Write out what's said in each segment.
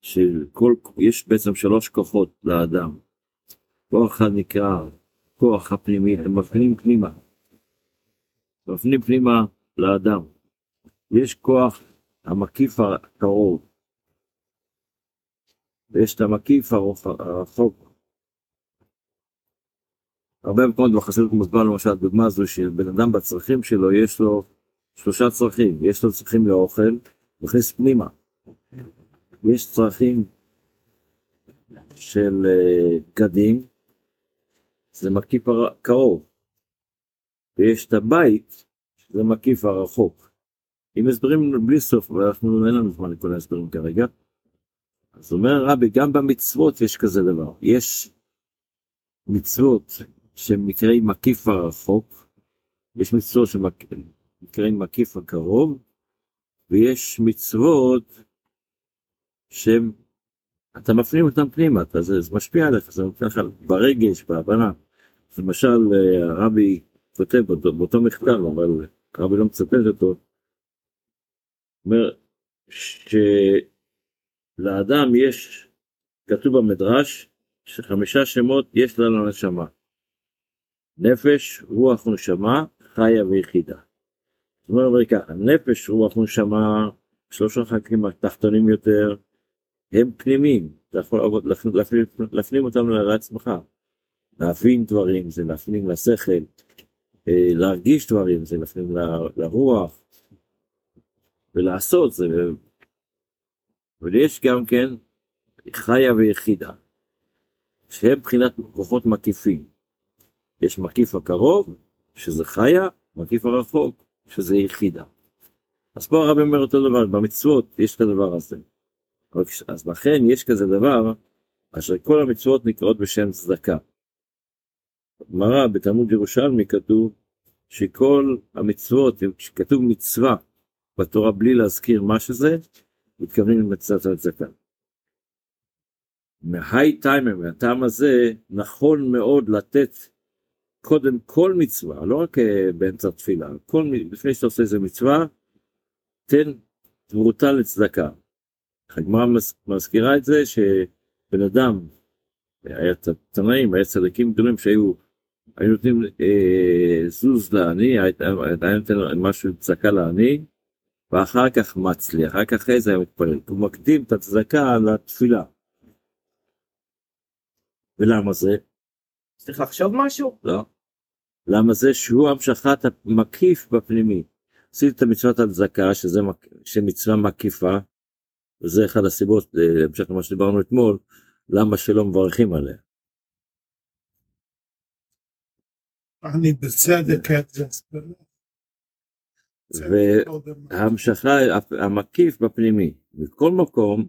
יש בעצם 3 כוחות לאדם. כוח אחד נקרא כוח הפנימי, הם מפנים פנימה לאדם. יש כוח המקיף הקרוב, ויש את המקיף הרחוק. הרבה מקומות בחסידות מוסבר למשל, הדוגמה הזו שבן אדם בצרכים שלו יש לו 3 צרכים, יש לו צרכים לאוכל, מכניס פנימה. יש צרכים של בגדים, זה מקיף קרוב. ויש את הבית, שזה מקיף הרחוק. עם הסברים בלי סוף, ואנחנו אין לנו זמן לכל ההסברים כרגע. אז אומר רבי, גם במצוות יש כזה דבר. יש מצוות שנקראים מקיף הרחוק, יש מצוות שנקראים מקיף הקרוב, ויש מצוות שאתה מפנים אותם פנימה, זה משפיע עליך, זה מפניע לך ברגש, בהבנה. למשל, הרבי כותב באותו מכתב, אבל הרבי לא מצטט אותו, אומר שלאדם יש, כתוב במדרש, ש5 שמות יש לנו נשמה. נפש, רוח ונשמה, חיה ויחידה. זאת אומרת ככה, נפש, רוח ונשמה, 3 החלקים התחתונים יותר, הם פנימיים, אתה יכול להפנים אותם לעצמך. להבין דברים, זה להפנים לשכל, להרגיש דברים, זה להפנים לרוח, ולעשות זה. ויש גם כן חיה ויחידה, שהם בחינת כוחות מקיפים. יש מקיף הקרוב, שזה חיה, מקיף הרחוק, שזה יחידה. אז פה הרבי אומר אותו דבר, במצוות יש את הדבר הזה. אז לכן יש כזה דבר, אשר כל המצוות נקראות בשם צדקה. מראה בתלמוד ירושלמי כתוב, שכל המצוות, כשכתוב מצווה בתורה בלי להזכיר מה שזה, מתכוונים למצוות הצדקה. מהי טיימר, מהטעם הזה, נכון מאוד לתת קודם כל מצווה, לא רק באמצע תפילה, לפני שאתה עושה איזה מצווה, תן תמורתה לצדקה. הגמרא מזכירה את זה שבן אדם, היה תנאים, היה צדיקים גדולים שהיו נותנים זוז לעני, היה נותן משהו צדקה לעני, ואחר כך מצליח, אחר כך איזה היה מתפלל, הוא מקדים את הצדקה לתפילה. ולמה זה? צריך לחשוב משהו? לא. למה זה? שהוא המשכת המקיף בפנימי. עשית את המצוות הצדקה, שמצווה מקיפה, וזה אחד הסיבות, להמשך למה שדיברנו אתמול, למה שלא מברכים עליה. אני בצדק את זה. וההמשכה, המקיף בפנימי. בכל מקום,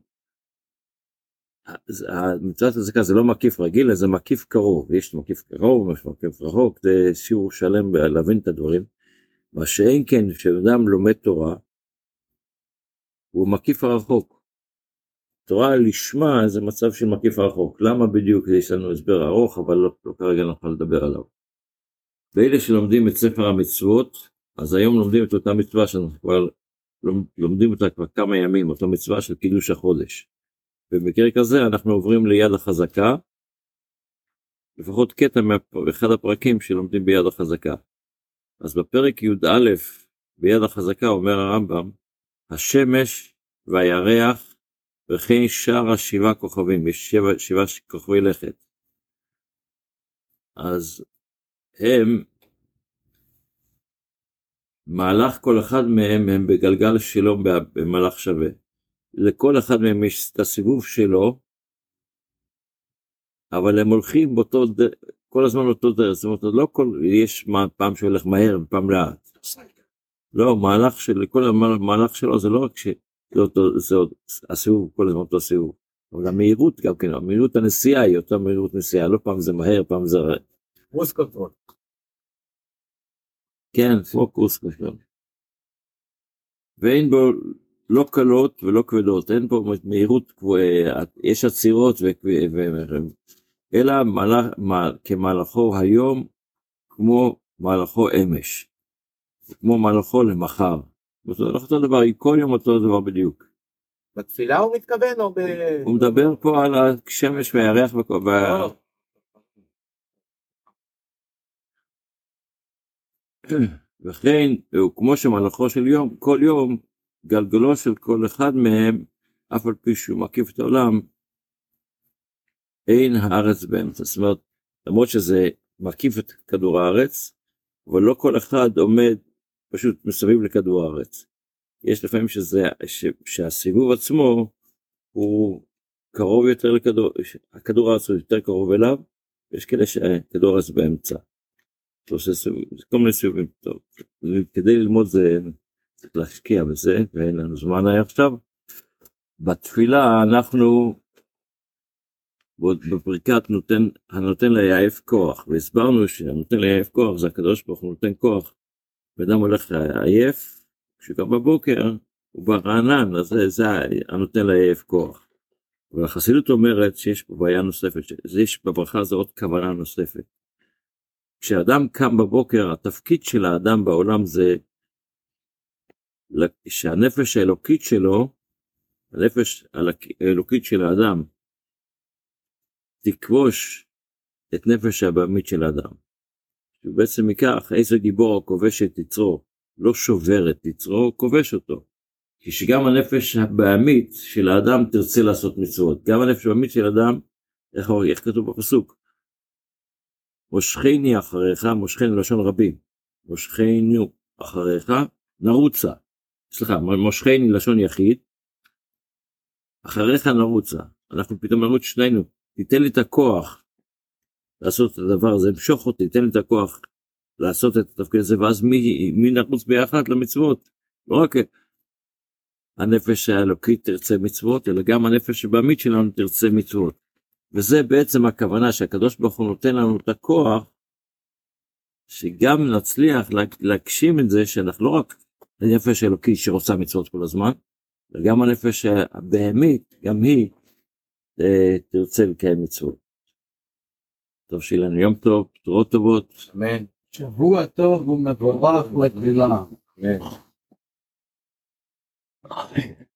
המצוות הצדקה זה לא מקיף רגיל, זה מקיף קרוב. יש מקיף קרוב, יש מקיף רחוק, זה שיעור שלם להבין את הדברים. מה שאין כן, כשאדם לומד תורה, הוא מקיף הרחוק. תורה לשמה זה מצב של מקיף הרחוק. למה בדיוק? יש לנו הסבר ארוך, אבל לא כרגע נוכל לדבר עליו. ואלה שלומדים את ספר המצוות, אז היום לומדים את אותה מצווה שאנחנו כבר לומדים אותה כבר כמה ימים, אותה מצווה של קידוש החודש. במקרה כזה אנחנו עוברים ליד החזקה, לפחות קטע מאחד הפרקים שלומדים ביד החזקה. אז בפרק י"א ביד החזקה אומר הרמב"ם, השמש והירח וכן שאר 7 כוכבים, יש 7 כוכבי לכת. אז הם, מהלך כל אחד מהם הם בגלגל שלו במהלך שווה. לכל אחד מהם יש את הסיבוב שלו, אבל הם הולכים כל הזמן אותו דרך. זאת אומרת, לא יש פעם שהולך מהר ופעם לאט. לא, כל המהלך שלו זה לא רק זה הסיבוב, כל הזמן אותו סיבוב. אבל המהירות גם כן, המהירות הנסיעה היא אותה מהירות נסיעה, לא פעם זה מהר, פעם זה רע. קרוס קונטרול. כן, פוקוס קונטרול. ואין בו לא קלות ולא כבדות, אין פה מהירות, יש עצירות אלא כמהלכו היום, כמו מהלכו אמש, כמו מהלכו למחר. אותו דבר, כל יום אותו דבר בדיוק. בתפילה הוא מתכוון או הוא מדבר פה על השמש והירח וכן, כמו שמלאכו של יום, כל יום גלגלו של כל אחד מהם, אף על פי שהוא מקיף את העולם, אין הארץ באמצע. זאת אומרת, למרות שזה מקיף את כדור הארץ, אבל לא כל אחד עומד פשוט מסביב לכדור הארץ. יש לפעמים שהסיבוב עצמו הוא קרוב יותר הכדור הארץ הוא יותר קרוב אליו, ויש כאלה שכדור הארץ באמצע. זה כל מיני סיבובים. טוב, כדי ללמוד זה צריך להשקיע בזה, ואין לנו זמן עכשיו. בתפילה אנחנו בפרקת הנותן ליעף כוח, והסברנו שהנותן ליעף כוח זה הקדוש ברוך הוא נותן כוח, ואדם הולך לעייף, כשקם בבוקר הוא ברענן, אז זה הנותן ליעף כוח. והחסידות אומרת שיש פה בעיה נוספת, יש בברכה הזו עוד כוונה נוספת. כשאדם קם בבוקר, התפקיד של האדם בעולם זה שהנפש האלוקית שלו, הנפש האלוקית של האדם, תכבוש את נפש הבהמית של האדם. ובעצם מכך, איזה גיבור כובש את יצרו, לא שובר את יצרו, כובש אותו. כשגם הנפש הבהמית של האדם תרצה לעשות מצוות. גם הנפש הבהמית של האדם, איך כתוב בפסוק? מושכני אחריך, מושכני לשון רבים. מושכני אחריך, נרוצה. סליחה, מושכני לשון יחיד. אחריך נרוצה. אנחנו פתאום נרוץ שנינו. תיתן לי את הכוח לעשות את הדבר הזה, המשוך אותי, תיתן לי את הכוח לעשות את התפקיד הזה, ואז מי נרוץ ביחד למצוות? לא רק הנפש האלוקית תרצה מצוות, אלא גם הנפש הבהמית שלנו תרצה מצוות. וזה בעצם הכוונה שהקדוש ברוך הוא נותן לנו את הכוח, שגם נצליח להגשים את זה, שאנחנו לא רק הנפש האלוקית שרוצה מצוות כל הזמן, אלא גם הנפש הבהמית, גם היא תרצה לקיים מצוות. טוב, שיהיה לנו יום טוב, בשורות טובות. אמן. שבוע טוב ומבורך לתפילה. אמן.